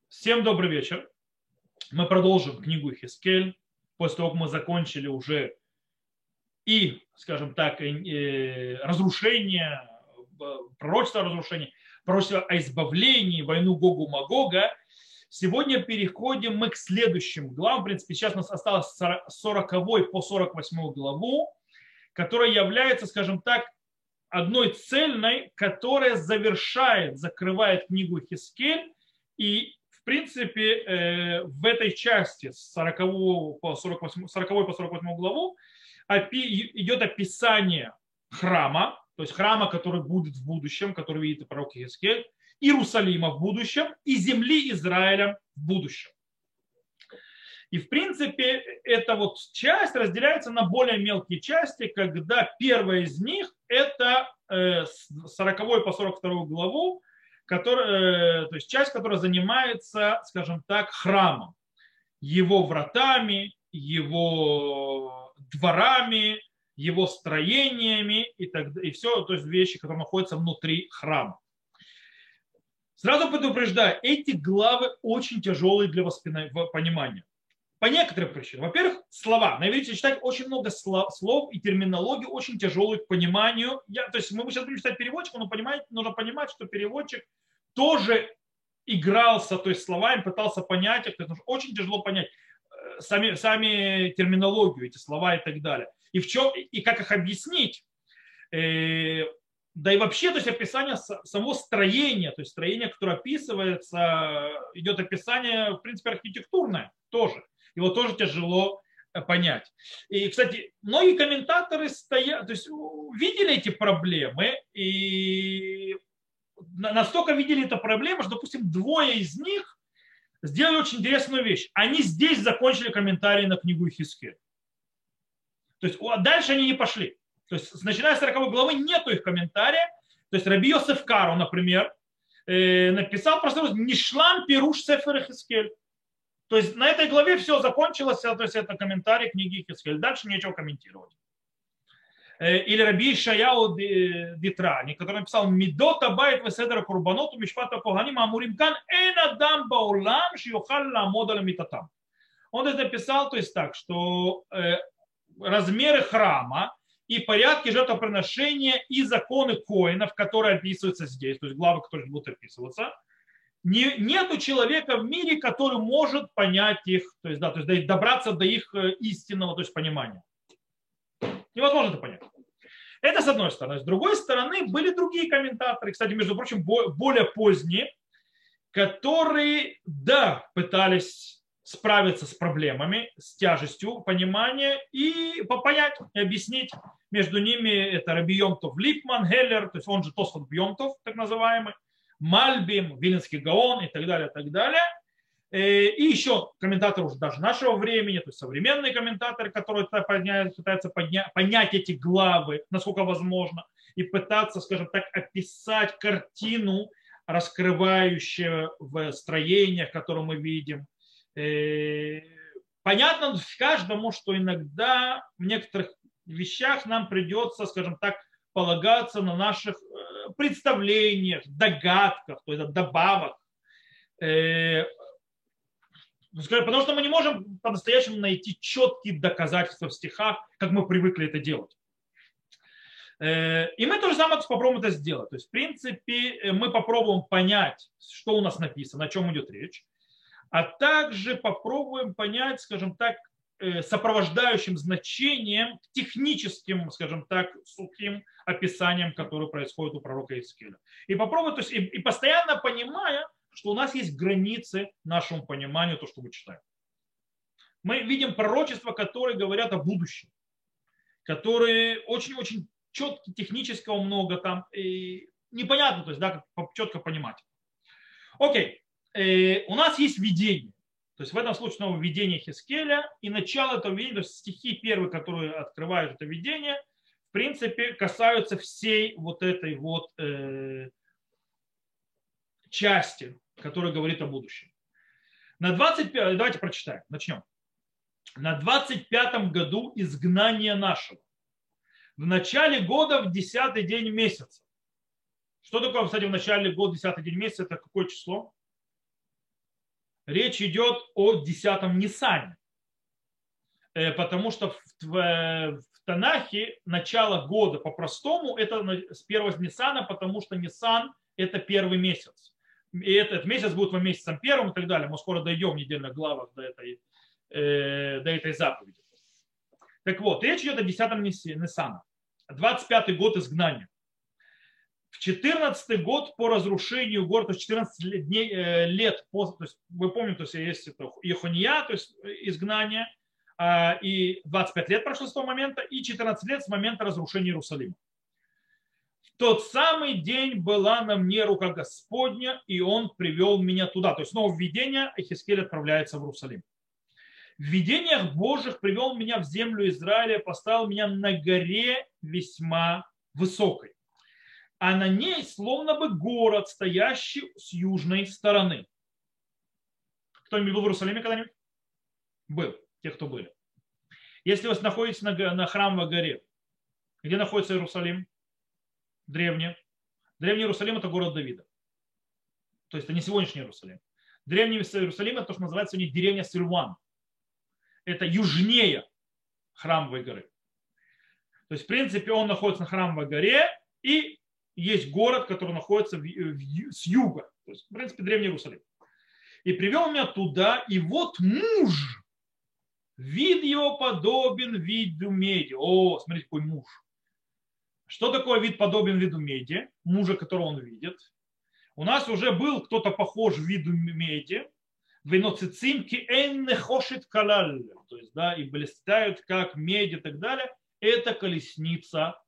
Всем добрый вечер. Мы продолжим книгу Хискель. После того, как мы закончили уже и, скажем так, разрушение, пророчество о разрушении, пророчество о избавлении, войну Гогу-Магога, сегодня переходим мы к следующим главам. В принципе, сейчас у нас осталось с 40 по 48 главу, которая является, скажем так, одной цельной, которая завершает, закрывает книгу Хискель. И в принципе, в этой части с 40 по 48, 40 по 48 главу идет описание храма, то есть храма, который будет в будущем, который видит пророк Иезекииль, Иерусалима в будущем и земли Израиля в будущем. И в принципе, эта вот часть разделяется на более мелкие части, когда первая из них это с 40 по 42 главу, то есть часть, которая занимается, скажем так, храмом, его вратами, его дворами, его строениями и все, то есть вещи, которые находятся внутри храма. Сразу предупреждаю, эти главы очень тяжелые для понимания. По некоторым причинам. Во-первых, слова. На иврите читать очень много слов и терминологии очень тяжелые к пониманию. То есть мы сейчас будем читать переводчика, но нужно понимать, что переводчик тоже игрался, то есть словами, пытался понять их. Потому что очень тяжело понять сами терминологию, эти слова и так далее. И, и как их объяснить. Да и вообще, то есть описание самого строения, то есть строение, которое описывается, идет описание, в принципе, архитектурное тоже. Его тоже тяжело понять. И, кстати, многие комментаторы стоят, то есть видели эти проблемы и настолько видели эту проблему, что, допустим, двое из них сделали очень интересную вещь. Они здесь закончили комментарии на книгу Хискель. То есть дальше они не пошли. То есть, начиная с 40 главы, нету их комментария. То есть Раби Йосеф Каро, например, написал просто «Нишлам пируш сефер Хискель». То есть на этой главе все закончилось, то есть это комментарий книги Хискель. Дальше нечего комментировать. Или Раби Ишаяу Дитрани, который написал «Мидота байт веседра курбаноту мишпата коганим амуримкан эн адам баулам шиохал ламод аля митатам». Он это написал, то есть так, что размеры храма и порядки жертвоприношения и законы коинов, которые описываются здесь, то есть главы, которые будут описываться, нету человека в мире, который может понять их, то есть добраться до их истинного, то есть понимания. Невозможно это понять. Это с одной стороны. С другой стороны, были другие комментаторы, кстати, между прочим, более поздние, которые, да, пытались справиться с проблемами, с тяжестью понимания и понять, и объяснить. Между ними это Раби Йомтов Липман, Геллер, то есть он же Тосфот Йомтов, так называемый, Мальбим, Виленский Гаон и так далее, и так далее. И еще комментаторы уже даже нашего времени, то есть современные комментаторы, которые пытаются понять эти главы, насколько возможно, и пытаться, скажем так, описать картину, раскрывающую в строениях, которые мы видим. Понятно каждому, что иногда в некоторых вещах нам придется, скажем так, полагаться на наших представлениях, догадках, то есть добавок. Потому что мы не можем по-настоящему найти четкие доказательства в стихах, как мы привыкли это делать. И мы то же самое попробуем это сделать. То есть, в принципе, мы попробуем понять, что у нас написано, о чем идет речь, а также попробуем понять, скажем так, сопровождающим значением, техническим, скажем так, сухим описанием, которое происходит у пророка Иезекииля. И попробуем, то есть, и постоянно понимая, что у нас есть границы нашему пониманию, то, что мы читаем. Мы видим пророчества, которые говорят о будущем, которые очень-очень четко, технического много там, и непонятно, то есть, да, как четко понимать. Окей, у нас есть видение. То есть в этом случае снова видение Хискеля, и начало этого видения, то есть стихи первые, которые открывают это видение, в принципе, касаются всей вот этой вот части, которая говорит о будущем. Давайте прочитаем, начнем. На 25-м году изгнания нашего, в начале года, в 10-й день месяца. Что такое, кстати, в начале года, 10-й день месяца, это какое число? Речь идет о 10-м Ниссане. Потому что в Танахе начало года по-простому это с первого Ниссана, потому что Ниссан это первый месяц. И этот месяц будет месяцем первым и так далее. Мы скоро дойдем в недельных главах до этой заповеди. Так вот, речь идет о 10-м Ниссана. 25-й год изгнания. В 14-й год по разрушению города, то есть 14 лет, то есть вы помните, то есть есть это Ехония, то есть изгнание, и 25 лет прошло с того момента, и 14 лет с момента разрушения Иерусалима. В тот самый день была на мне рука Господня, и Он привел меня туда. То есть снова в видение Ихискель отправляется в Иерусалим. В видениях Божьих привел меня в землю Израиля, поставил меня на горе весьма высокой, а на ней словно бы город, стоящий с южной стороны. Кто-нибудь был в Иерусалиме когда-нибудь? Был, те, кто были. Если вы находитесь на храмовой горе, где находится Иерусалим? Древний. Древний Иерусалим – это город Давида. То есть это не сегодняшний Иерусалим. Древний Иерусалим – это то, что называется у них деревня Сильван. Это южнее храмовой горы. То есть, в принципе, он находится на храмовой горе, и есть город, который находится с юга. То есть, в принципе, Древний Иерусалим. И привел меня туда, и вот муж, вид его подобен виду меди. О, смотрите, какой муж. Что такое вид подобен виду меди? Мужа, которого он видит. У нас уже был кто-то похож в виду меди. Веноцицимки эннехошит калаль. То есть, да, и блистают как медь и так далее. Это колесница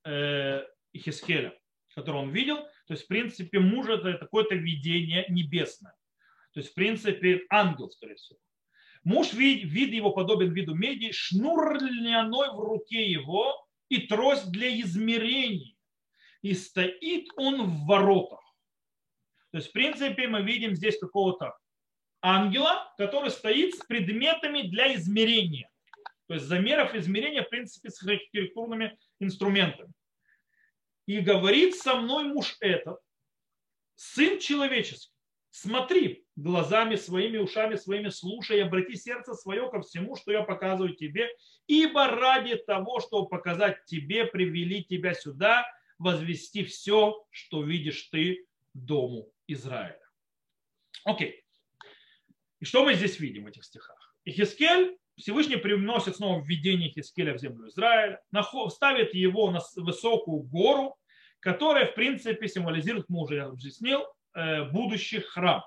Ихискеля, которую он видел. То есть, в принципе, муж это какое-то видение небесное. То есть, в принципе, ангел, скорее всего. Муж, вид его подобен виду меди, шнур льняной в руке его и трость для измерений. И стоит он в воротах. То есть, в принципе, мы видим здесь какого-то ангела, который стоит с предметами для измерения. То есть замеров измерения, в принципе, с архитектурными инструментами. И говорит со мной муж этот, сын человеческий, смотри глазами своими, ушами своими, слушай, обрати сердце свое ко всему, что я показываю тебе, ибо ради того, чтобы показать тебе, привели тебя сюда, возвести все, что видишь ты дому Израиля. Окей. И что мы здесь видим в этих стихах? Ихискель, Всевышний приносит снова введение Ихискеля в землю Израиля, ставит его на высокую гору, которая, в принципе, символизирует, мы уже объяснил, будущий храм.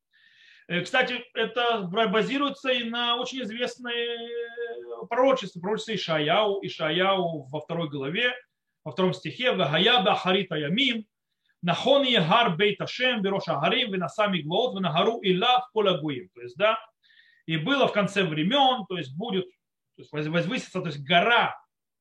Кстати, это базируется и на очень известной пророчестве Ишаяу во 2 главе, во 2 стихе «Вагая бахарита ямим, нахон егар бейт Ашем, бероша гарим, винасами глот, винагару илав колагуим». То есть, да, и было в конце времен, то есть будет, то есть возвысится, то есть гора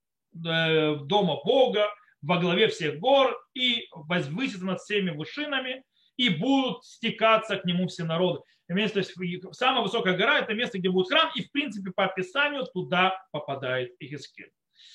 дома Бога во главе всех гор и возвысится над всеми вершинами, и будут стекаться к нему все народы. То есть самая высокая гора – это место, где будет храм, и в принципе по описанию туда попадает Ихискель.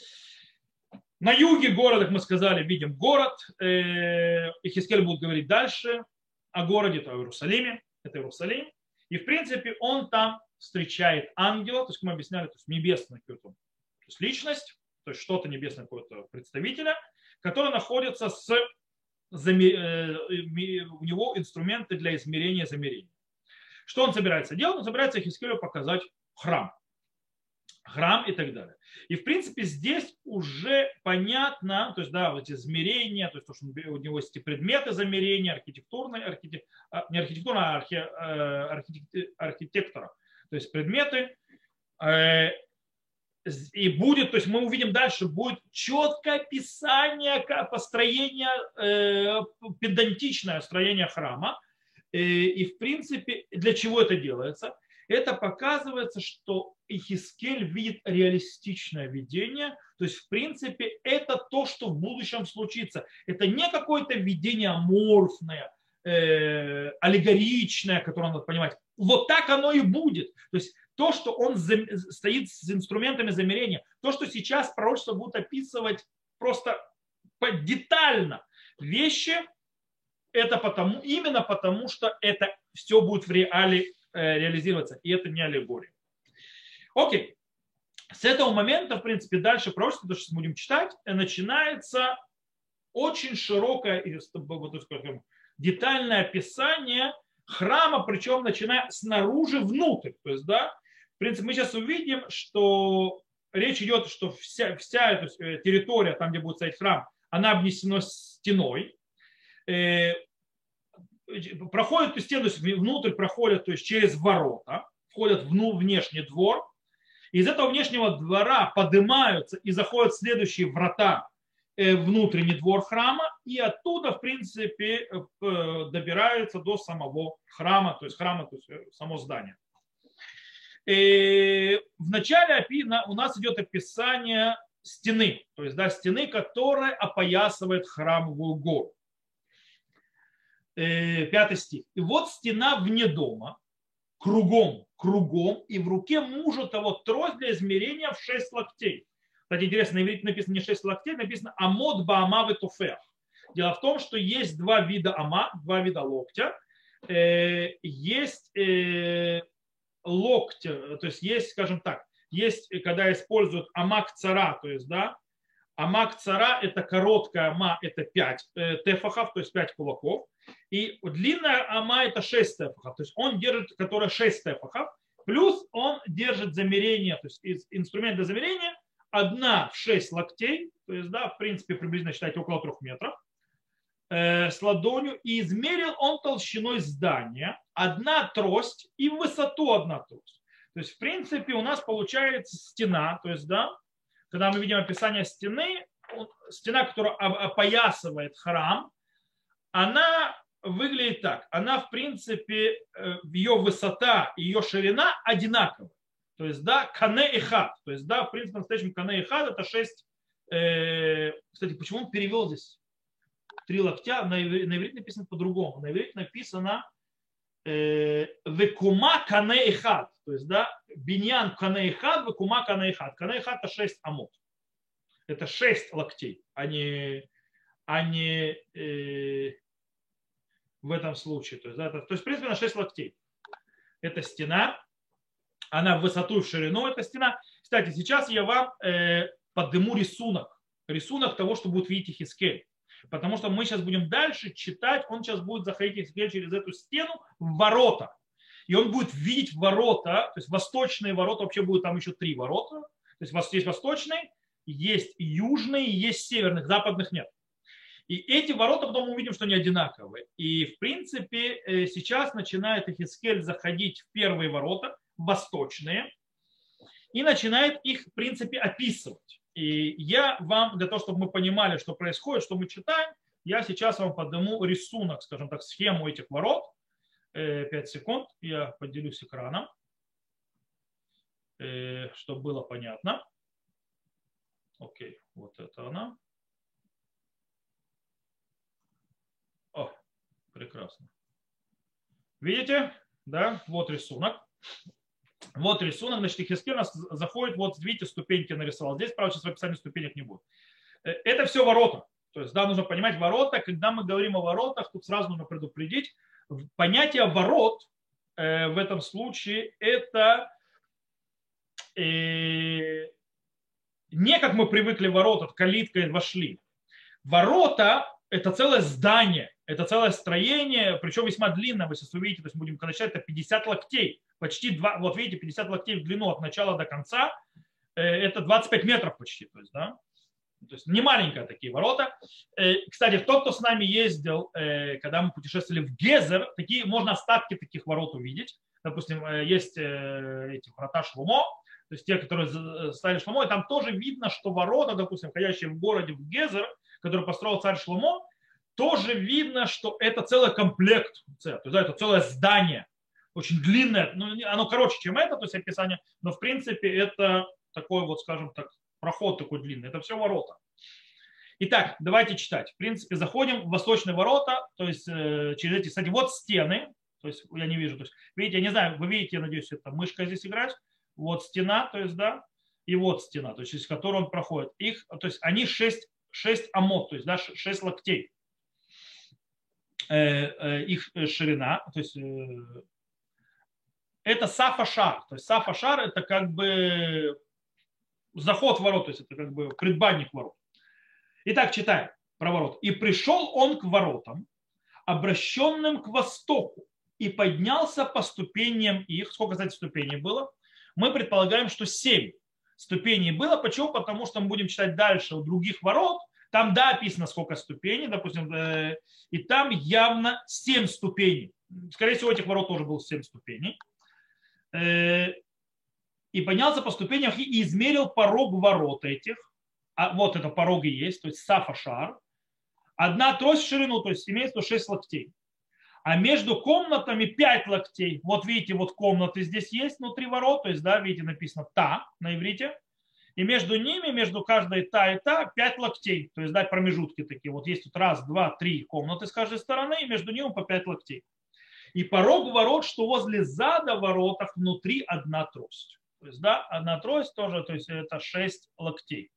На юге города, как мы сказали, видим город. Ихискель будет говорить дальше о городе, это Иерусалиме, это Иерусалим. И в принципе он там встречает ангела, то есть, как мы объясняли, то есть небесную какую-то, то есть личность, то есть что-то небесное какое-то представителя, который находится у него инструменты для измерения замерения. Что он собирается делать? Он собирается Ихискелю показать храм и так далее. И в принципе здесь уже понятно, то есть да, вот эти измерения, то есть то, что у него есть эти предметы замерения, не архитектурные, а архитектора, то есть предметы. И будет, то есть мы увидим дальше, будет четкое описание построения, педантичное строение храма. И в принципе, для чего это делается? Это показывается, что Ихискель видит реалистичное видение, то есть в принципе это то, что в будущем случится. Это не какое-то видение аморфное, аллегоричное, которое надо понимать. Вот так оно и будет. То есть то, что он стоит с инструментами замерения, то, что сейчас пророчество будет описывать просто детально вещи, это именно потому, что это все будет в реале реализироваться. И это не аллегория. Окей. С этого момента, в принципе, дальше пророчество, то, что мы будем читать, начинается очень широкое, детальное описание храма, причем начиная снаружи внутрь. То есть, да, в принципе, мы сейчас увидим, что речь идет, что вся эта территория, там, где будет стоять храм, она обнесена стеной. Проходят эту стену, внутрь проходят, то есть через ворота, входят в внешний двор. Из этого внешнего двора поднимаются и заходят следующие врата, внутренний двор храма, и оттуда, в принципе, добираются до самого храма, то есть само здание. И вначале у нас идет описание стены, то есть, да, стены, которая опоясывает храмовую гору. 5 стих. И вот стена вне дома, кругом, и в руке мужа того трость для измерения в 6 локтей. Кстати, интересно, на иврите написано не 6 локтей, написано амод баама ветуфех. Дело в том, что есть два вида ама, два вида локтя. Есть локти, то есть есть, скажем так, есть, когда используют амак цара, то есть, да, амак цара это короткая ама, это 5 тефахов, то есть 5 кулаков. И длинная ама это 6 тефахов, то есть он держит, которая 6 тефахов, плюс он держит замерение, то есть инструмент для замерения одна в 6 локтей, то есть, да, в принципе, приблизительно считайте около 3 метров, с ладонью, и измерил он толщиной здания, одна трость и в высоту одна трость. То есть, в принципе, у нас получается стена, то есть, да, когда мы видим описание стены, стена, которая опоясывает храм, она выглядит так. Она, в принципе, ее высота и ее ширина одинаковы. То есть, да, кане и хат. То есть, да, в принципе, в настоящем кане и хат это 6. Кстати, почему он перевел здесь 3 локтя? На иврите написано по-другому. На иврите написано векума кане и хат. То есть, да, биньян кане и хат, векума кане и хат. Кане и хат это 6 амот. Это 6 локтей, а не в этом случае. То есть, да, то есть, в принципе, на 6 локтей. Это стена. Она в высоту и в ширину, эта стена. Кстати, сейчас я вам подниму рисунок. Рисунок того, что будет видеть Ихискель. Потому что мы сейчас будем дальше читать. Он сейчас будет заходить Ихискель через эту стену в ворота. И он будет видеть ворота. То есть восточные ворота. Вообще будет там еще 3 ворота. То есть есть восточные, есть южные, есть северных. Западных нет. И эти ворота потом мы увидим, что они одинаковые. И в принципе сейчас начинает Ихискель заходить в первые ворота, восточные, и начинает их в принципе описывать. И я вам, для того, чтобы мы понимали, что происходит, что мы читаем, я сейчас вам подниму рисунок, скажем так, схему этих ворот. 5 секунд, я поделюсь экраном, чтобы было понятно. Окей, вот это она. О, прекрасно. Видите? Да, вот рисунок. Вот рисунок, значит, Ихискель у нас заходит, вот видите, ступеньки нарисовал. Здесь, правда, сейчас в описании ступенек не будет. Это все ворота. То есть, да, нужно понимать ворота. Когда мы говорим о воротах, тут сразу нужно предупредить. Понятие ворот в этом случае это не как мы привыкли ворота, калиткой вошли. Ворота это целое здание, это целое строение, причем весьма длинное, вы сейчас увидите, то есть будем когда считать, это 50 локтей, почти 2, вот видите, 50 локтей в длину от начала до конца, это 25 метров почти, то есть, да, то есть не маленькие такие ворота. Кстати, тот, кто с нами ездил, когда мы путешествовали в Гезер, такие, можно остатки таких ворот увидеть, допустим, есть эти врата Шломо, то есть те, которые ставили Шломо, и там тоже видно, что ворота, допустим, входящие в городе в Гезер, который построил царь Шломо, тоже видно, что это целый комплект, то есть, да, это целое здание, очень длинное, ну, оно короче, чем это, то есть описание, но в принципе это такой вот, скажем так, проход такой длинный, это все ворота. Итак, давайте читать. В принципе, заходим в восточные ворота, то есть через эти, кстати, вот стены, то есть я не вижу, то есть, видите, я не знаю, вы видите, я надеюсь, это мышка здесь играет, вот стена, то есть, да, и вот стена, то есть, через которую он проходит. Их, то есть, они 6 амот, то есть, да, 6 локтей. Их ширина, то есть это сафа-шар. То есть сафа-шар это как бы заход в ворот, то есть это как бы предбанник ворот. Итак, читаем про ворот. И пришел он к воротам, обращенным к востоку, и поднялся по ступеням их. Сколько, кстати, ступеней было? Мы предполагаем, что 7 ступеней было. Почему? Потому что мы будем читать дальше у других ворот. Там, да, описано, сколько ступеней, допустим, и там явно 7 ступеней. Скорее всего, у этих ворот тоже было 7 ступеней. И поднялся по ступеням и измерил порог ворот этих. А вот это порог и есть, то есть сафа-шар. Одна трость в ширину, то есть имеется 6 локтей. А между комнатами 5 локтей. Вот видите, вот комнаты здесь есть внутри ворот, то есть, да, видите, написано «та» на иврите. И между ними, между каждой «та» и «та» 5 локтей. То есть, да, промежутки такие. Вот есть тут раз, два, три комнаты с каждой стороны, и между ними по 5 локтей. И порог ворот, что возле зада воротах внутри одна трость. То есть, да, одна трость тоже, то есть это 6 локтей.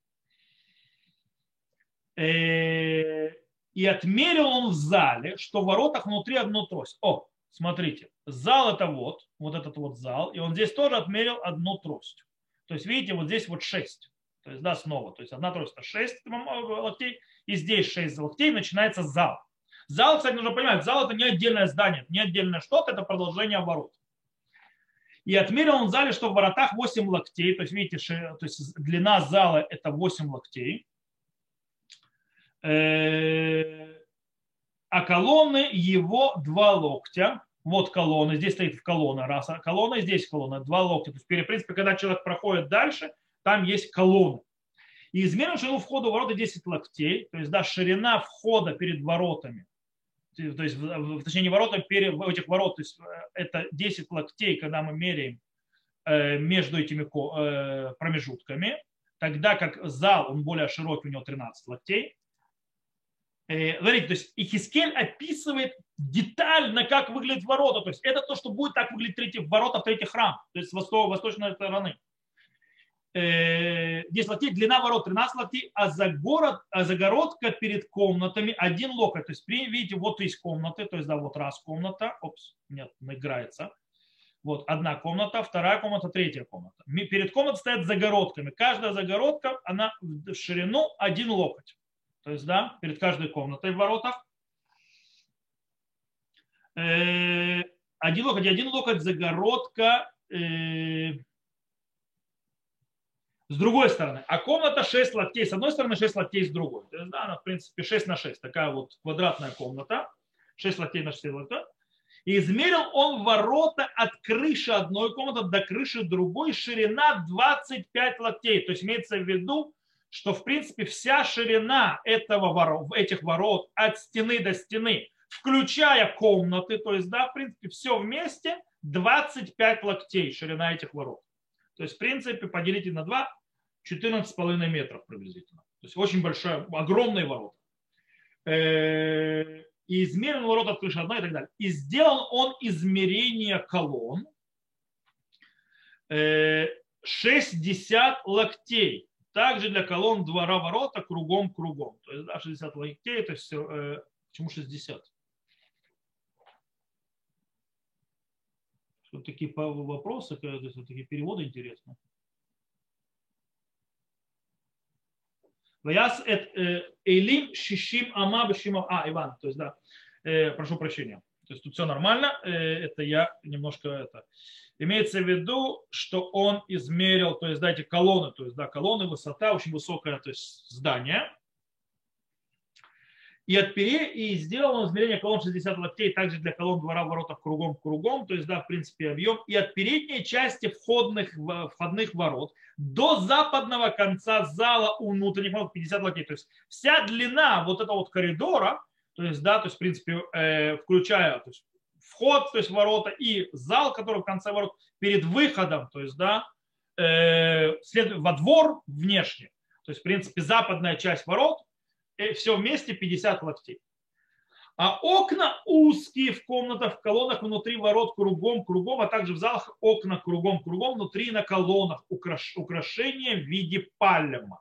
И отмерил он в зале, что в воротах внутри одну трость. О, смотрите, зал это вот этот вот зал, и он здесь тоже отмерил одну трость. То есть, видите, вот здесь вот 6. То есть, да, снова. То есть, одна трость это 6 локтей, и здесь 6 локтей, начинается зал. Зал, кстати, нужно понимать, зал это не отдельное здание, не отдельное что-то, это продолжение ворот. И отмерил он в зале, что в воротах 8 локтей, то есть, видите, то есть длина зала это 8 локтей. А колонны его 2 локтя. Вот колонны, здесь стоит колонна, раз колонна, здесь колонна, 2 локтя. То есть, в принципе, когда человек проходит дальше, там есть колонны. И измерил ширину входа в ворота 10 локтей, то есть, да, ширина входа перед воротами, то есть, точнее, не ворота, перед этих ворот, то есть, это 10 локтей, когда мы меряем между этими промежутками, тогда как зал, он более широкий, у него 13 локтей. Смотрите, то есть Ихискель описывает детально, как выглядят ворота. То есть это то, что будет так выглядеть ворота в третий храм, то есть с восточной стороны. 10 локтей, длина ворот 13 локтей, а загородка перед комнатами 1 локоть. То есть видите, вот есть комнаты, то есть да, вот раз комната, нет, играется. Вот одна комната, вторая комната, третья комната. Перед комнатой стоят загородками. Каждая загородка, она в ширину 1 локоть. То есть, да, перед каждой комнатой в воротах. 1 локоть, 1 локоть загородка с другой стороны. А комната 6 локтей с одной стороны, 6 локтей с другой. То есть, да, она, в принципе, 6 на 6. Такая вот квадратная комната. 6 локтей на 6 локтей. И измерил он ворота от крыши одной комнаты до крыши другой. Ширина 25 локтей. То есть, имеется в виду, что, в принципе, вся ширина этих ворот от стены до стены, включая комнаты, то есть, да, в принципе, все вместе 25 локтей ширина этих ворот. То есть, в принципе, поделите на 2, 14,5 метров приблизительно. То есть, очень большая, огромные ворота. И измерен ворот от крыши одной и так далее. И сделал он измерение колонн 60 локтей. Также для колонн двора ворота кругом. То есть, да, 60 локтей, это все. Почему 60? Вот такие вопросы, то есть, вот такие переводы интересные. Эйлим шишим ама бешима. Иван, то есть, да, прошу прощения. То есть тут все нормально, это я немножко это. Имеется в виду, что он измерил, то есть, да, эти колонны, то есть, да, колонны, высота, очень высокое, то есть, здание. И сделал он измерение колонн 60 локтей, также для колонн двора воротов кругом, то есть, да, в принципе, объем. И от передней части входных ворот до западного конца зала у внутренних ворот 50 локтей. То есть, вся длина вот этого вот коридора, то есть, да, то есть, в принципе, включая, то есть, вход, то есть, ворота и зал, который в конце ворот, перед выходом, то есть, да, во двор внешне. То есть, в принципе, западная часть ворот, все вместе 50 локтей. А окна узкие в комнатах, в колоннах внутри ворот кругом, а также в залах окна кругом, внутри на колоннах украшения в виде пальма.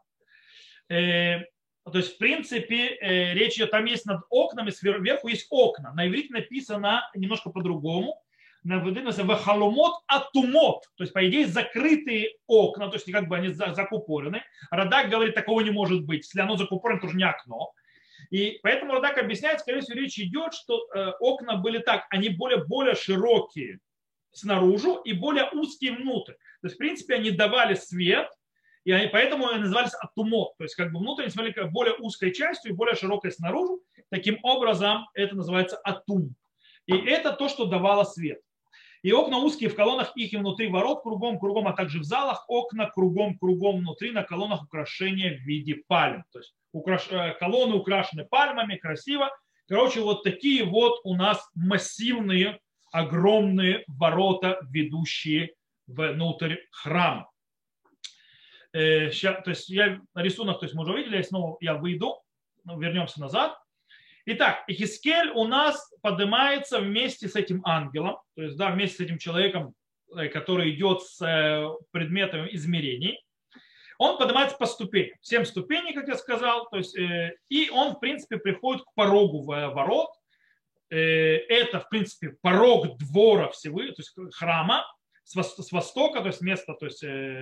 То есть, в принципе, речь идет, там есть над окнами, сверху есть окна. На иврите написано немножко по-другому. выдвинулся в халумот атумот, то есть, по идее, закрытые окна, то есть, как бы они закупорены. Радак говорит, такого не может быть. Если оно закупорено, то уже не окно. И поэтому Радак объясняет, скорее всего, речь идет, что окна были так, они более широкие снаружи и более узкие внутрь. То есть, в принципе, они давали свет, и поэтому они назывались атумот. То есть, как бы внутрь они смотрели как более узкой частью и более широкой снаружи. Таким образом, это называется атум. И это то, что давало свет. И окна узкие в колоннах их и внутри ворот кругом, а также в залах окна кругом внутри на колоннах украшения в виде пальм. То есть колонны украшены пальмами, красиво. Короче, вот такие вот у нас массивные, огромные ворота, ведущие внутрь храма. То есть рисунок, то есть мы уже видели, снова я выйду, вернемся назад. Итак, Ихискель у нас поднимается вместе с этим ангелом, то есть да, вместе с этим человеком, который идет с предметом измерений. Он поднимается по ступеням, 7 ступеней, как я сказал, то есть, и он, в принципе, приходит к порогу ворот. Это, в принципе, порог двора Всевышнего, то есть храма с востока, то есть место, то есть,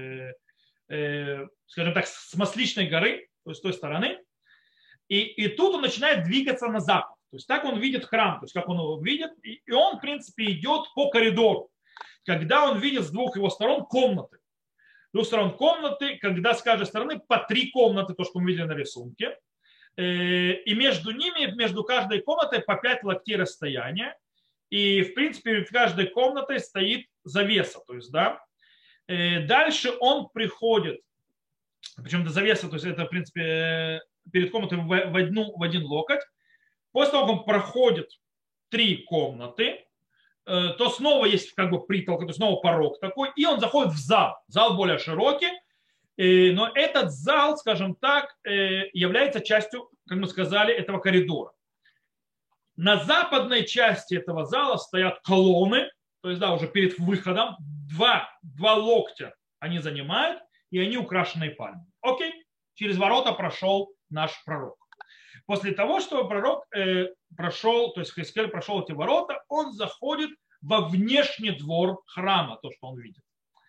скажем так, с Масличной горы, то есть с той стороны. И тут он начинает двигаться на запад. То есть так он видит храм, то есть как он его видит. И он, в принципе, идет по коридору. Когда он видит с двух его сторон комнаты. С двух сторон комнаты, когда с каждой стороны по 3 комнаты, то, что мы видели на рисунке. И между ними, между каждой комнатой по 5 локтей расстояния. И, в принципе, перед каждой комнатой стоит завеса. То есть, да. Дальше он приходит, причем до завеса, то есть это, в принципе, перед комнатой в один локоть. После того, как он проходит 3 комнаты, то снова есть как бы притолка, то есть снова порог такой, и он заходит в зал. Зал более широкий, но этот зал, скажем так, является частью, как мы сказали, этого коридора. На западной части этого зала стоят колонны, то есть да, уже перед выходом, два локтя они занимают, и они украшены пальмами. Окей, через ворота прошел наш пророк. После того, что пророк прошел, то есть Хискель прошел эти ворота, он заходит во внешний двор храма, то, что он видит.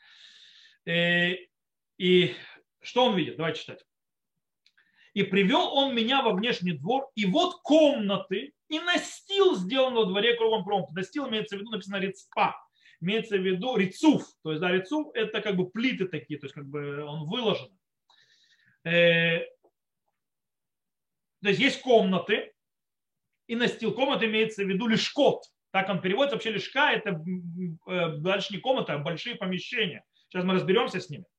И что он видит? Давайте читать. И привел он меня во внешний двор, и вот комнаты, и настил сделан во дворе кругом. Настил имеется в виду, написано рецпа, имеется в виду рецуф. То есть, да, рецуф это как бы плиты такие, то есть как бы он выложен. То есть комнаты, и настил. Комната имеется в виду лишкот. Так он переводится. Вообще лишка это дальше не комната, а большие помещения. Сейчас мы разберемся с ними.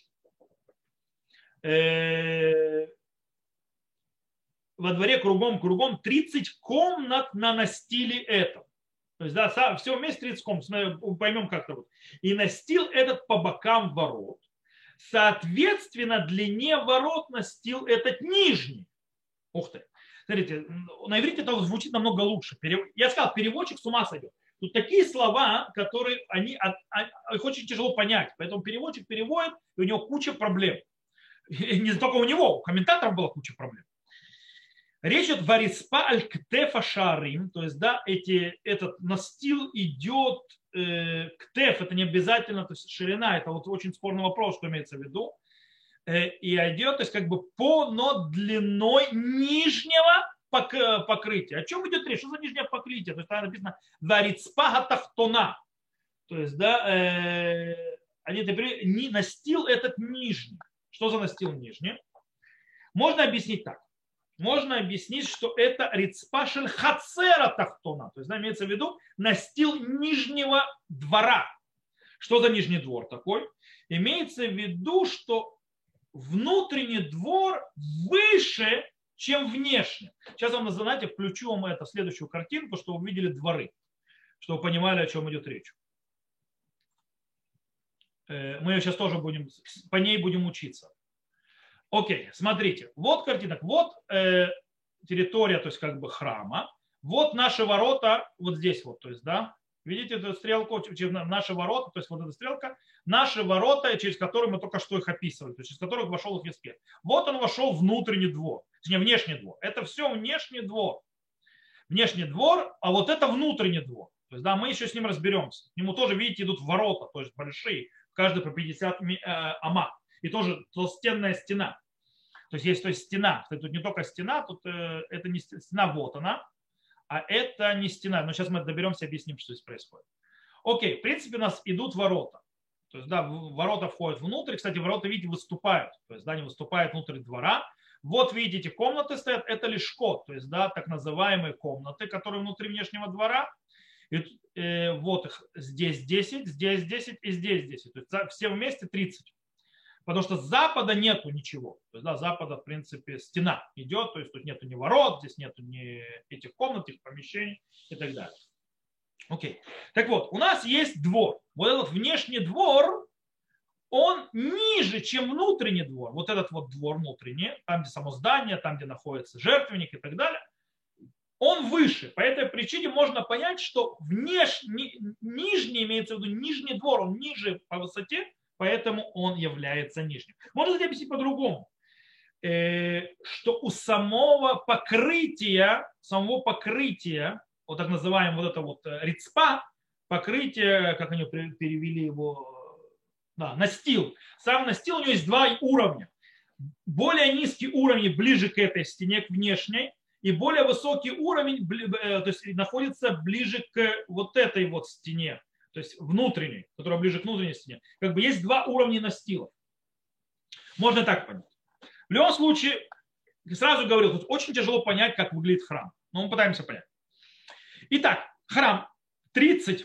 Во дворе кругом 30 комнат на настиле этом. То есть, да, все вместе 30 комнат. Поймем как-то. Вот. И настил этот по бокам ворот. Соответственно, длине ворот настил этот нижний. Ух ты. Смотрите, на иврите это звучит намного лучше. Я сказал, переводчик с ума сойдет. Тут такие слова, которые их очень тяжело понять. Поэтому переводчик переводит, и у него куча проблем. И не только у него, у комментаторов была куча проблем. Речь идет варицпа аль-ктефа шарим, то есть, да, этот настил идет ктеф, это не обязательно, то есть ширина, это вот очень спорный вопрос, что имеется в виду. И идет, то есть как бы по длиной нижнего покрытия. О чем идет речь? Что за нижнее покрытие? То есть там написано варицпа тахтона. То есть, да, настил этот нижний. Что за настил нижний? Можно объяснить так. Можно объяснить, что это рицпа шель хацера тахтона. То есть, да, имеется в виду настил нижнего двора. Что за нижний двор такой? Имеется в виду, что внутренний двор выше, чем внешний. Сейчас вам, знаете, включу вам это, следующую картинку, чтобы вы видели дворы, чтобы вы понимали, о чем идет речь. Мы сейчас тоже по ней будем учиться. Окей, смотрите, вот картинок, вот территория, то есть как бы храма, вот наши ворота, вот здесь вот, то есть, да, видите эту стрелку, через наши ворота, то есть вот эта стрелка, наши ворота, через которые мы только что их описывали, то есть через которых вошел Ихискель. Вот он вошел в внутренний двор, точнее внешний двор. Это все внешний двор. Внешний двор, а вот это внутренний двор. То есть, да, мы еще с ним разберемся. К нему тоже, видите, идут ворота, то есть большие, каждый по 50 ама. И тоже толстенная стена. То есть стена. Кстати, тут не только стена, тут это не стена, вот она, а это не стена. Но сейчас мы доберемся и объясним, что здесь происходит. Окей, в принципе, у нас идут ворота. То есть, да, ворота входят внутрь. Кстати, ворота, видите, выступают. То есть, да, они выступают внутрь двора. Вот, видите, эти комнаты стоят. Это лишкот. То есть, да, так называемые комнаты, которые внутри внешнего двора. И, вот их здесь 10, здесь 10 и здесь 10. То есть, все вместе 30. Потому что с запада нету ничего. То есть, да, с запада, в принципе, стена идет. То есть, тут нету ни ворот, здесь нету ни этих комнат, этих помещений и так далее. Окей. Так вот, у нас есть двор. Вот этот внешний двор, он ниже, чем внутренний двор. Вот этот вот двор внутренний, там, где само здание, там, где находится жертвенник и так далее, он выше. По этой причине можно понять, что нижний, имеется в виду нижний двор, он ниже по высоте, поэтому он является нижним. Можно это объяснить по-другому. Что у самого покрытия, вот так называемое вот это вот рицпа, покрытие, как они перевели его, да, настил. Сам настил у него есть два уровня. Более низкий уровень ближе к этой стене, к внешней, и более высокий уровень то есть, находится ближе к вот этой вот стене, то есть внутренней, которая ближе к внутренней стене. Как бы есть два уровня настила. Можно так понять. В любом случае, сразу говорил, тут очень тяжело понять, как выглядит храм. Но мы пытаемся понять. Итак, храм 30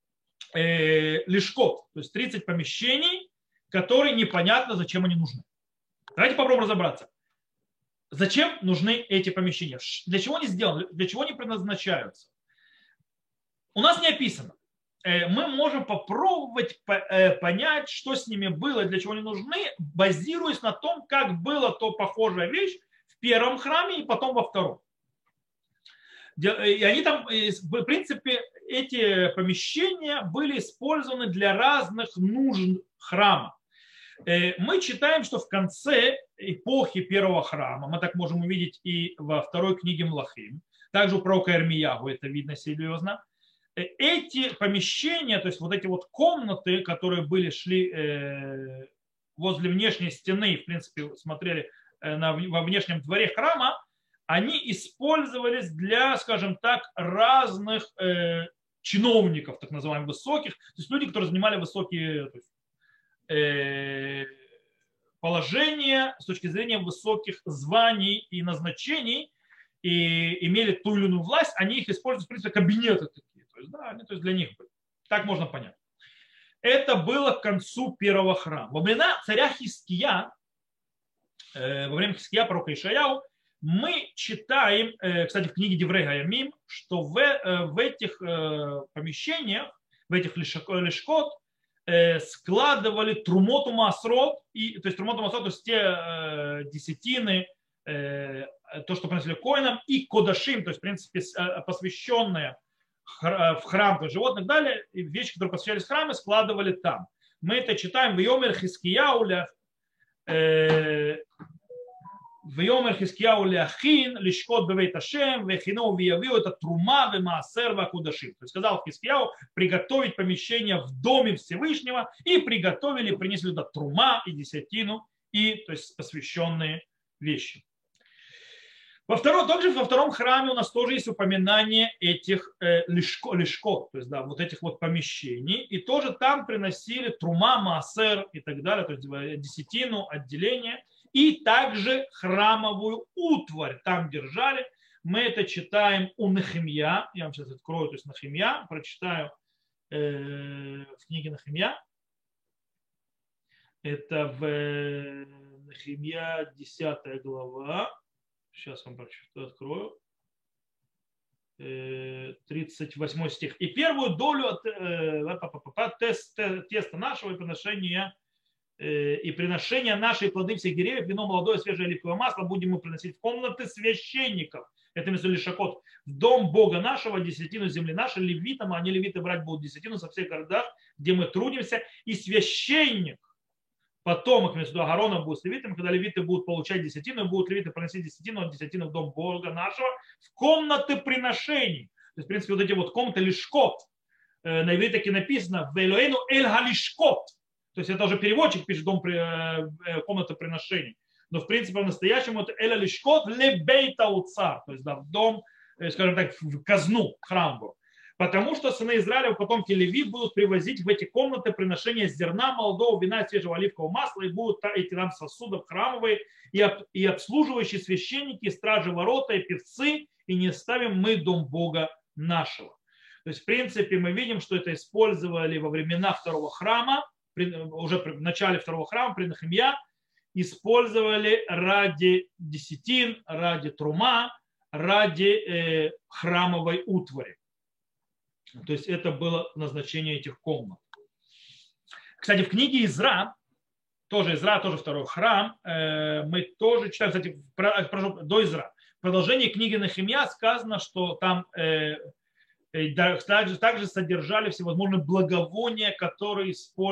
лишкот, то есть 30 помещений, которые непонятно, зачем они нужны. Давайте попробуем разобраться. Зачем нужны эти помещения? Для чего они сделаны? Для чего они предназначаются? У нас не описано. Мы можем попробовать понять, что с ними было, для чего они нужны, базируясь на том, как была то похожая вещь в первом храме и потом во втором. И они там, в принципе, эти помещения были использованы для разных нужд храма. Мы читаем, что в конце эпохи первого храма, мы так можем увидеть и во второй книге Млахим, также у пророка Ирмиягу это видно серьезно, эти помещения, то есть вот эти вот комнаты, которые шли возле внешней стены, в принципе, смотрели во внешнем дворе храма, они использовались для, скажем так, разных чиновников, так называемых высоких, то есть люди, которые занимали высокие положения с точки зрения высоких званий и назначений, и имели ту или иную власть, они их используют, в принципе, кабинеты такие. То есть, да, они, то есть для них были. Так можно понять. Это было к концу первого храма. Во времена царя Хиския, во время Хиския, пророка Ишаяу, мы читаем, кстати, в книге Деврей Гаямим, что в этих помещениях, в этих лишкот, складывали трумоту масрот, то есть трумоту масрот, то есть те десятины, то, что принесли коинам, и кодашим, то есть, в принципе, посвященные в храм, то есть животных, далее, и вещи, которые посвящались в храме, складывали там. Мы это читаем в Йомер Хискияу ויאמר חזקיהו להכין לשקוט בבית השם והכינו ויביאו את התרומה ומעשר והקודשים. То есть сказал Хискияу приготовить помещение в доме Всевышнего, и приготовили, принесли туда трума и десятину, и то есть посвященные вещи. Также во втором храме у нас тоже есть упоминание этих лишкот, то есть да, вот этих вот помещений, и тоже там приносили трума, маасер и так далее, то есть десятину, отделение, и также храмовую утварь там держали. Мы это читаем у Нехемия. Я вам сейчас открою, то есть Нехемия, прочитаю в книге Нехемия. Это в Нехемия 10 глава. Сейчас вам открою. 38 стих. И первую долю теста нашего и приношения нашей плоды всех деревьев, вино молодое, свежее оливковое масло будем мы приносить в комнаты священников. Это место лишакот. В дом Бога нашего, десятину земли нашей, левитам, а они левиты брать будут десятину со всех городах, где мы трудимся. И священник, потомок между Агарона будет с левитами, когда левиты будут получать десятину, будут левиты приносить десятину в дом Бога нашего, в комнаты приношений. То есть, в принципе, вот эти вот комнаты лишкот, на иврите таки написано «Велоэну эль галишкот». То есть это уже переводчик пишет дом комната приношений. Но в принципе по-настоящему это эль галишкот ле бейта уцар. То есть да, в дом, скажем так, в казну, в храм был. Потому что сыны Израиля, потомки Леви, будут привозить в эти комнаты приношения зерна, молодого вина, свежего оливкового масла, и будут эти там сосуды храмовые, и обслуживающие священники, и стражи ворота, и певцы, и не ставим мы дом Бога нашего. То есть, в принципе, мы видим, что это использовали во времена второго храма, уже в начале второго храма, при Нехемия, использовали ради десятин, ради трума, ради храмовой утвари. То есть это было назначение этих комнат. Кстати, в книге Изра, тоже второй храм, мы тоже читаем, кстати, до Изра. В продолжении книги Нехемия сказано, что там также содержали всевозможные благовония, которые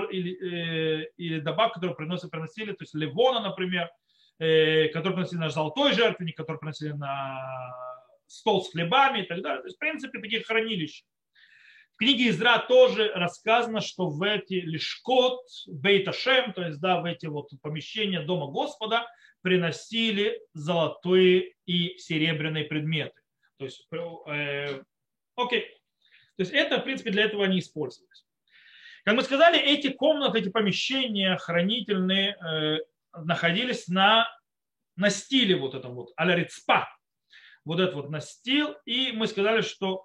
или добавки, которые приносили, то есть левона, например, которые приносили на золотой жертвенник, которые приносили на стол с хлебами и так далее. То есть, в принципе, такие хранилища. В книге Изра тоже рассказано, что в эти лишкот, бейт-ашем, то есть да, в эти вот помещения Дома Господа приносили золотые и серебряные предметы. То есть, окей. То есть это, в принципе, для этого они использовались. Как мы сказали, эти комнаты, эти помещения хранительные находились на настиле вот этом вот, а-ля рицпа. Вот этот вот настил. И мы сказали, что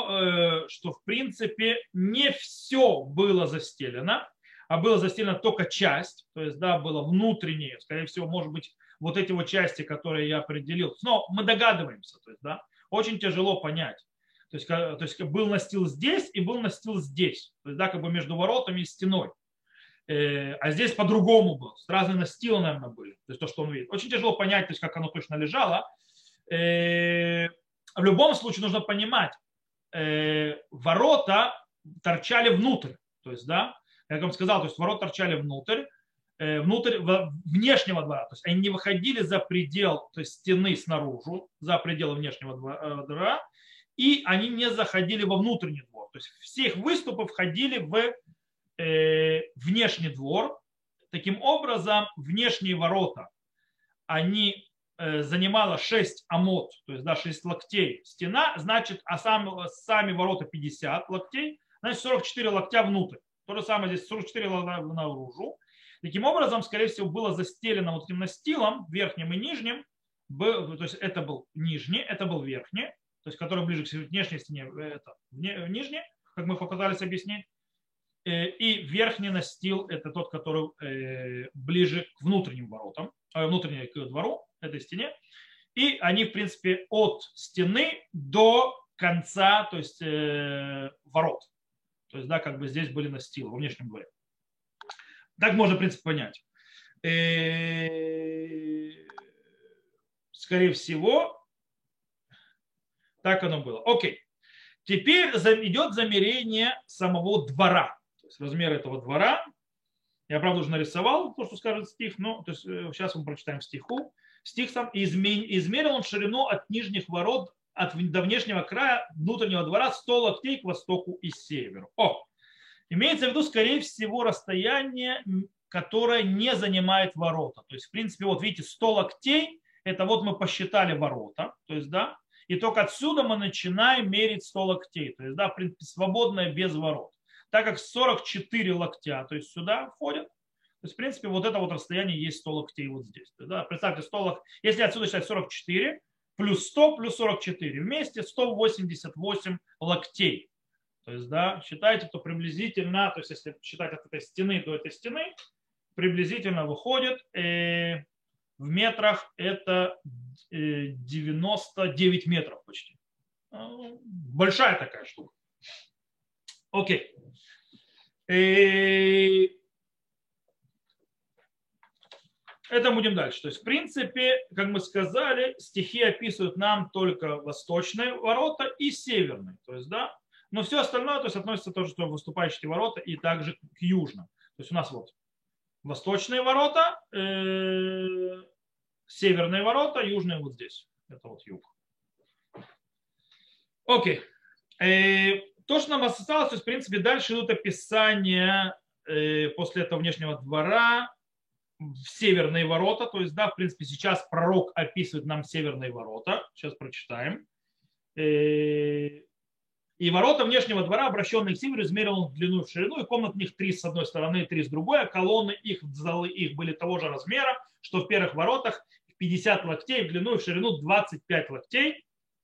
в принципе не все было застелено, а было застелено только часть, то есть да, было внутреннее, скорее всего, может быть, вот эти вот части, которые я определил. Но мы догадываемся, то есть да, очень тяжело понять. То есть был настил здесь и был настил здесь, то есть да, как бы между воротами и стеной. А здесь по-другому было, разные настилы, наверное, были, то есть то, что он видит. Очень тяжело понять, то есть как оно точно лежало. В любом случае нужно понимать, ворота торчали внутрь, то есть, да, как я вам сказал, то есть ворота торчали внутрь внешнего двора, то есть они не выходили за предел, то есть стены снаружи, за пределы внешнего двора, и они не заходили во внутренний двор, то есть все их выступы входили в внешний двор. Таким образом, внешние ворота, они занимала 6 амот, то есть да, 6 локтей стена, значит, а сами ворота 50 локтей, значит 44 локтя внутрь. То же самое здесь 44 локтя наружу. Таким образом, скорее всего, было застелено вот этим настилом, верхним и нижним, то есть это был нижний, это был верхний, то есть который ближе к внешней стене, это нижний, как мы попытались объяснить. И верхний настил это тот, который ближе к внутренним воротам, внутреннему к двору, этой стене. И они, в принципе, от стены до конца, то есть ворот. То есть, да, как бы здесь были настилы во внешнем дворе. Так можно, в принципе, понять. Скорее всего, так оно было. Окей. Теперь идет замерение самого двора. То есть размер этого двора. Я, правда, уже нарисовал то, что скажет стих, но то есть, сейчас мы прочитаем стиху. Стих сам измерил он ширину от нижних ворот до внешнего края внутреннего двора 100 локтей к востоку и северу. Имеется в виду, скорее всего, расстояние, которое не занимает ворота. То есть, в принципе, вот видите, 100 локтей, это вот мы посчитали ворота, то есть, да, и только отсюда мы начинаем мерить 100 локтей, то есть, да, в принципе, свободное без ворот. Так как 44 локтя, то есть сюда входят, то есть, в принципе, вот это вот расстояние есть 100 локтей вот здесь. То есть, да, представьте, 100 локтей, если отсюда считать 44, плюс 100, плюс 44, вместе 188 локтей. То есть, да, считайте, то приблизительно, то есть, если считать от этой стены до этой стены, приблизительно выходит в метрах это 99 метров почти. Большая такая штука. Окей. Это будем дальше. То есть, в принципе, как мы сказали, стихи описывают нам только восточные ворота и северные. То есть, да, но все остальное, то есть, относится тоже к выступающие ворота и также к южным. То есть у нас вот восточные ворота, северные ворота, южные вот здесь. Это вот юг. Окей. То, что нам осталось, то есть, в принципе, дальше идут описания после этого внешнего двора в северные ворота. То есть, да, в принципе, сейчас пророк описывает нам северные ворота. Сейчас прочитаем. И ворота внешнего двора, обращенные к северу, измерил он в длину и в ширину, и комнат в них 3 с одной стороны и 3 с другой, а колонны их, залы их были того же размера, что в первых воротах, 50 локтей в длину и в ширину 25 локтей.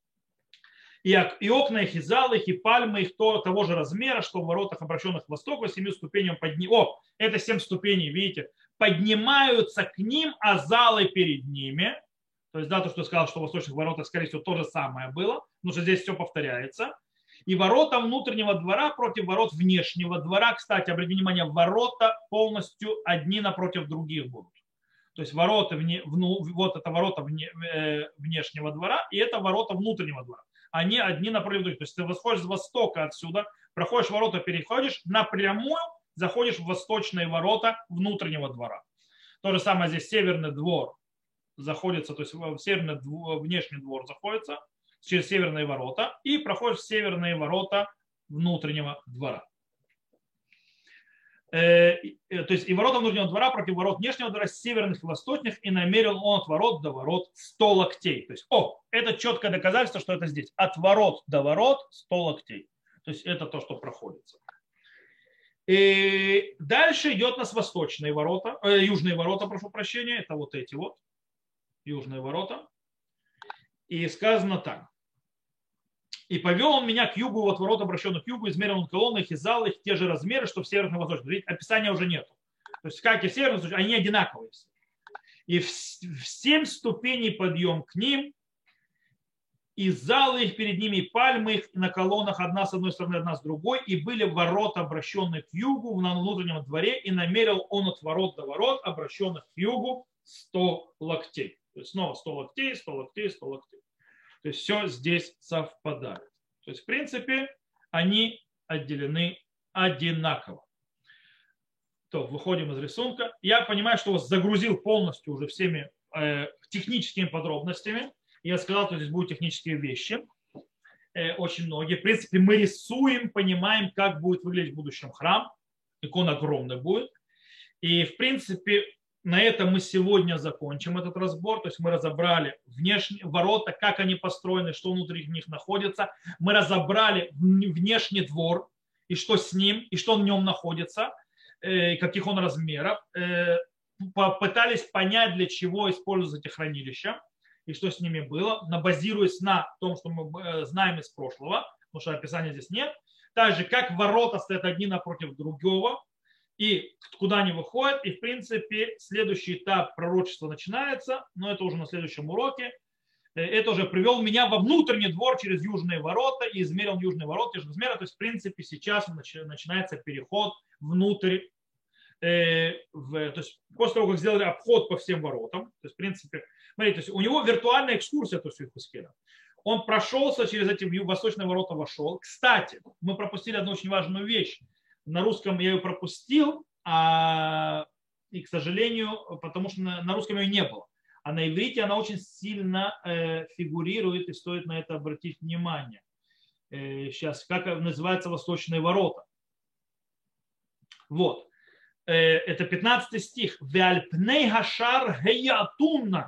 И окна их, и залы их, и пальмы их того же размера, что в воротах, обращенных к востоку, 7 ступеням это 7 ступеней, видите, поднимаются к ним, а залы перед ними. То есть, да, то, что я сказал, что в восточных воротах, скорее всего, то же самое было, потому что здесь все повторяется. И ворота внутреннего двора против ворот внешнего двора. Кстати, обратите внимание, ворота полностью одни напротив других будут. То есть ворота вот это ворота внешнего двора, и это ворота внутреннего двора. Они одни напротив других. То есть ты восходишь с востока отсюда, проходишь ворота, переходишь, напрямую заходишь в восточные ворота внутреннего двора. То же самое здесь северный двор заходится, то есть в северный внешний двор заходится через северные ворота и проходишь в северные ворота внутреннего двора. То есть и ворота внутреннего двора против ворот внешнего двора с северных и восточных, и намерил он от ворот до ворот 100 локтей. То есть, это четкое доказательство, что это здесь. От ворот до ворот 100 локтей. То есть это то, что проходится. И дальше идет у нас восточные ворота, южные ворота, прошу прощения, это вот эти вот южные ворота. И сказано так. И повел он меня к югу, вот ворот, обращенных к югу, измерил он колонны их и залы их те же размеры, что в северных и восточных. Видите, описания уже нету. То есть, как и в северных, они одинаковые. И в 7 ступеней подъем к ним, и залы их перед ними, и пальмы их на колоннах, одна с одной стороны, одна с другой, и были ворота, обращенные к югу, на внутреннем дворе, и намерил он от ворот до ворот, обращенных к югу, 100 локтей. То есть снова 100 локтей, 100 локтей, 100 локтей. То есть все здесь совпадает. То есть, в принципе, они отделены одинаково. То, выходим из рисунка. Я понимаю, что вас загрузил полностью уже всеми техническими подробностями. Я сказал, что здесь будут технические вещи. Очень многие. В принципе, мы рисуем, понимаем, как будет выглядеть в будущем храм. Икон огромный будет. И, в принципе, на этом мы сегодня закончим этот разбор. То есть мы разобрали внешние ворота, как они построены, что внутри них находится. Мы разобрали внешний двор, и что с ним, и что в нем находится, каких он размеров. Попытались понять, для чего используются эти хранилища, и что с ними было, базируясь на том, что мы знаем из прошлого, потому что описания здесь нет. Также, как ворота стоят одни напротив другого, и куда они выходят. И, в принципе, следующий этап пророчества начинается, но это уже на следующем уроке. Это уже привел меня во внутренний двор через южные ворота и измерил южные ворота те же размера. То есть, в принципе, сейчас начинается переход внутрь. То есть, после того, как сделали обход по всем воротам, то есть, в принципе, смотрите, то есть у него виртуальная экскурсия, то есть у Ихускеля. Он прошелся через эти восточные ворота, вошел. Кстати, мы пропустили одну очень важную вещь. На русском я ее пропустил, и, к сожалению, потому что на русском ее не было. А на иврите она очень сильно фигурирует, и стоит на это обратить внимание. Сейчас, как называются восточные ворота. Вот. Это 15 стих. «Веальпней хашар хеятун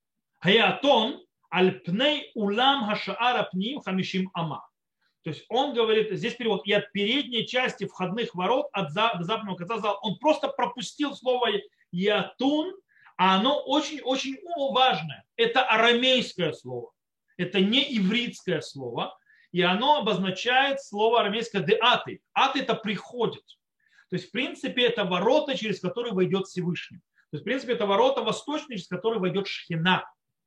альпней улам хашаар апним хамишим ама». То есть он говорит, здесь перевод, и от передней части входных ворот до западного конца зала. Он просто пропустил слово ятун, а оно очень-очень важное. Это арамейское слово. Это не ивритское слово. И оно обозначает слово арамейское деаты. Аты это приходит. То есть, в принципе, это ворота, через которые войдет Всевышний. То есть, в принципе, это ворота восточные, через которые войдет Шхина.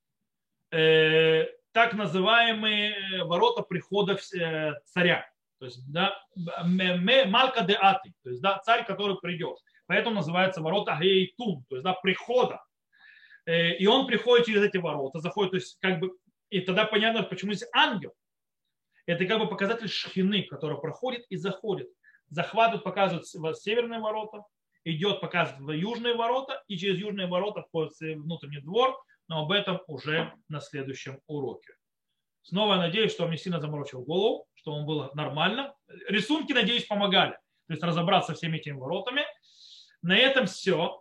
Так называемые ворота прихода царя. То есть, да, Малька де Аты, то есть, да, царь, который придет. Поэтому называется ворота Гейтун, то есть, да, прихода. И он приходит через эти ворота, заходит, то есть, как бы, и тогда понятно, почему здесь ангел. Это как бы показатель шхины, который проходит и заходит. Захватывает, показывает северные ворота, идет, показывает южные ворота, и через южные ворота входит в внутренний двор, но об этом уже на следующем уроке. Снова я надеюсь, что мне сильно заморочил голову, что он был нормально. Рисунки, надеюсь, помогали. То есть разобраться со всеми этими воротами. На этом все.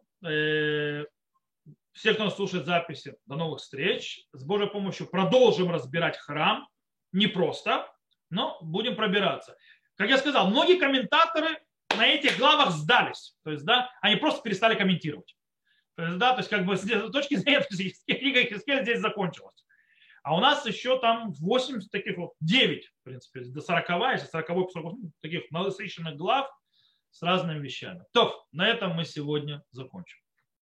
Все, кто нас слушает записи, до новых встреч. С Божьей помощью продолжим разбирать храм. Не просто, но будем пробираться. Как я сказал, многие комментаторы на этих главах сдались. То есть, да, они просто перестали комментировать. То есть, да, то есть, как бы с точки зрения, книга Ихискеля здесь закончилась. А у нас еще там 8 таких вот, 9, в принципе, до 40, если 40 таких насыщенных глав с разными вещами. То, на этом мы сегодня закончим.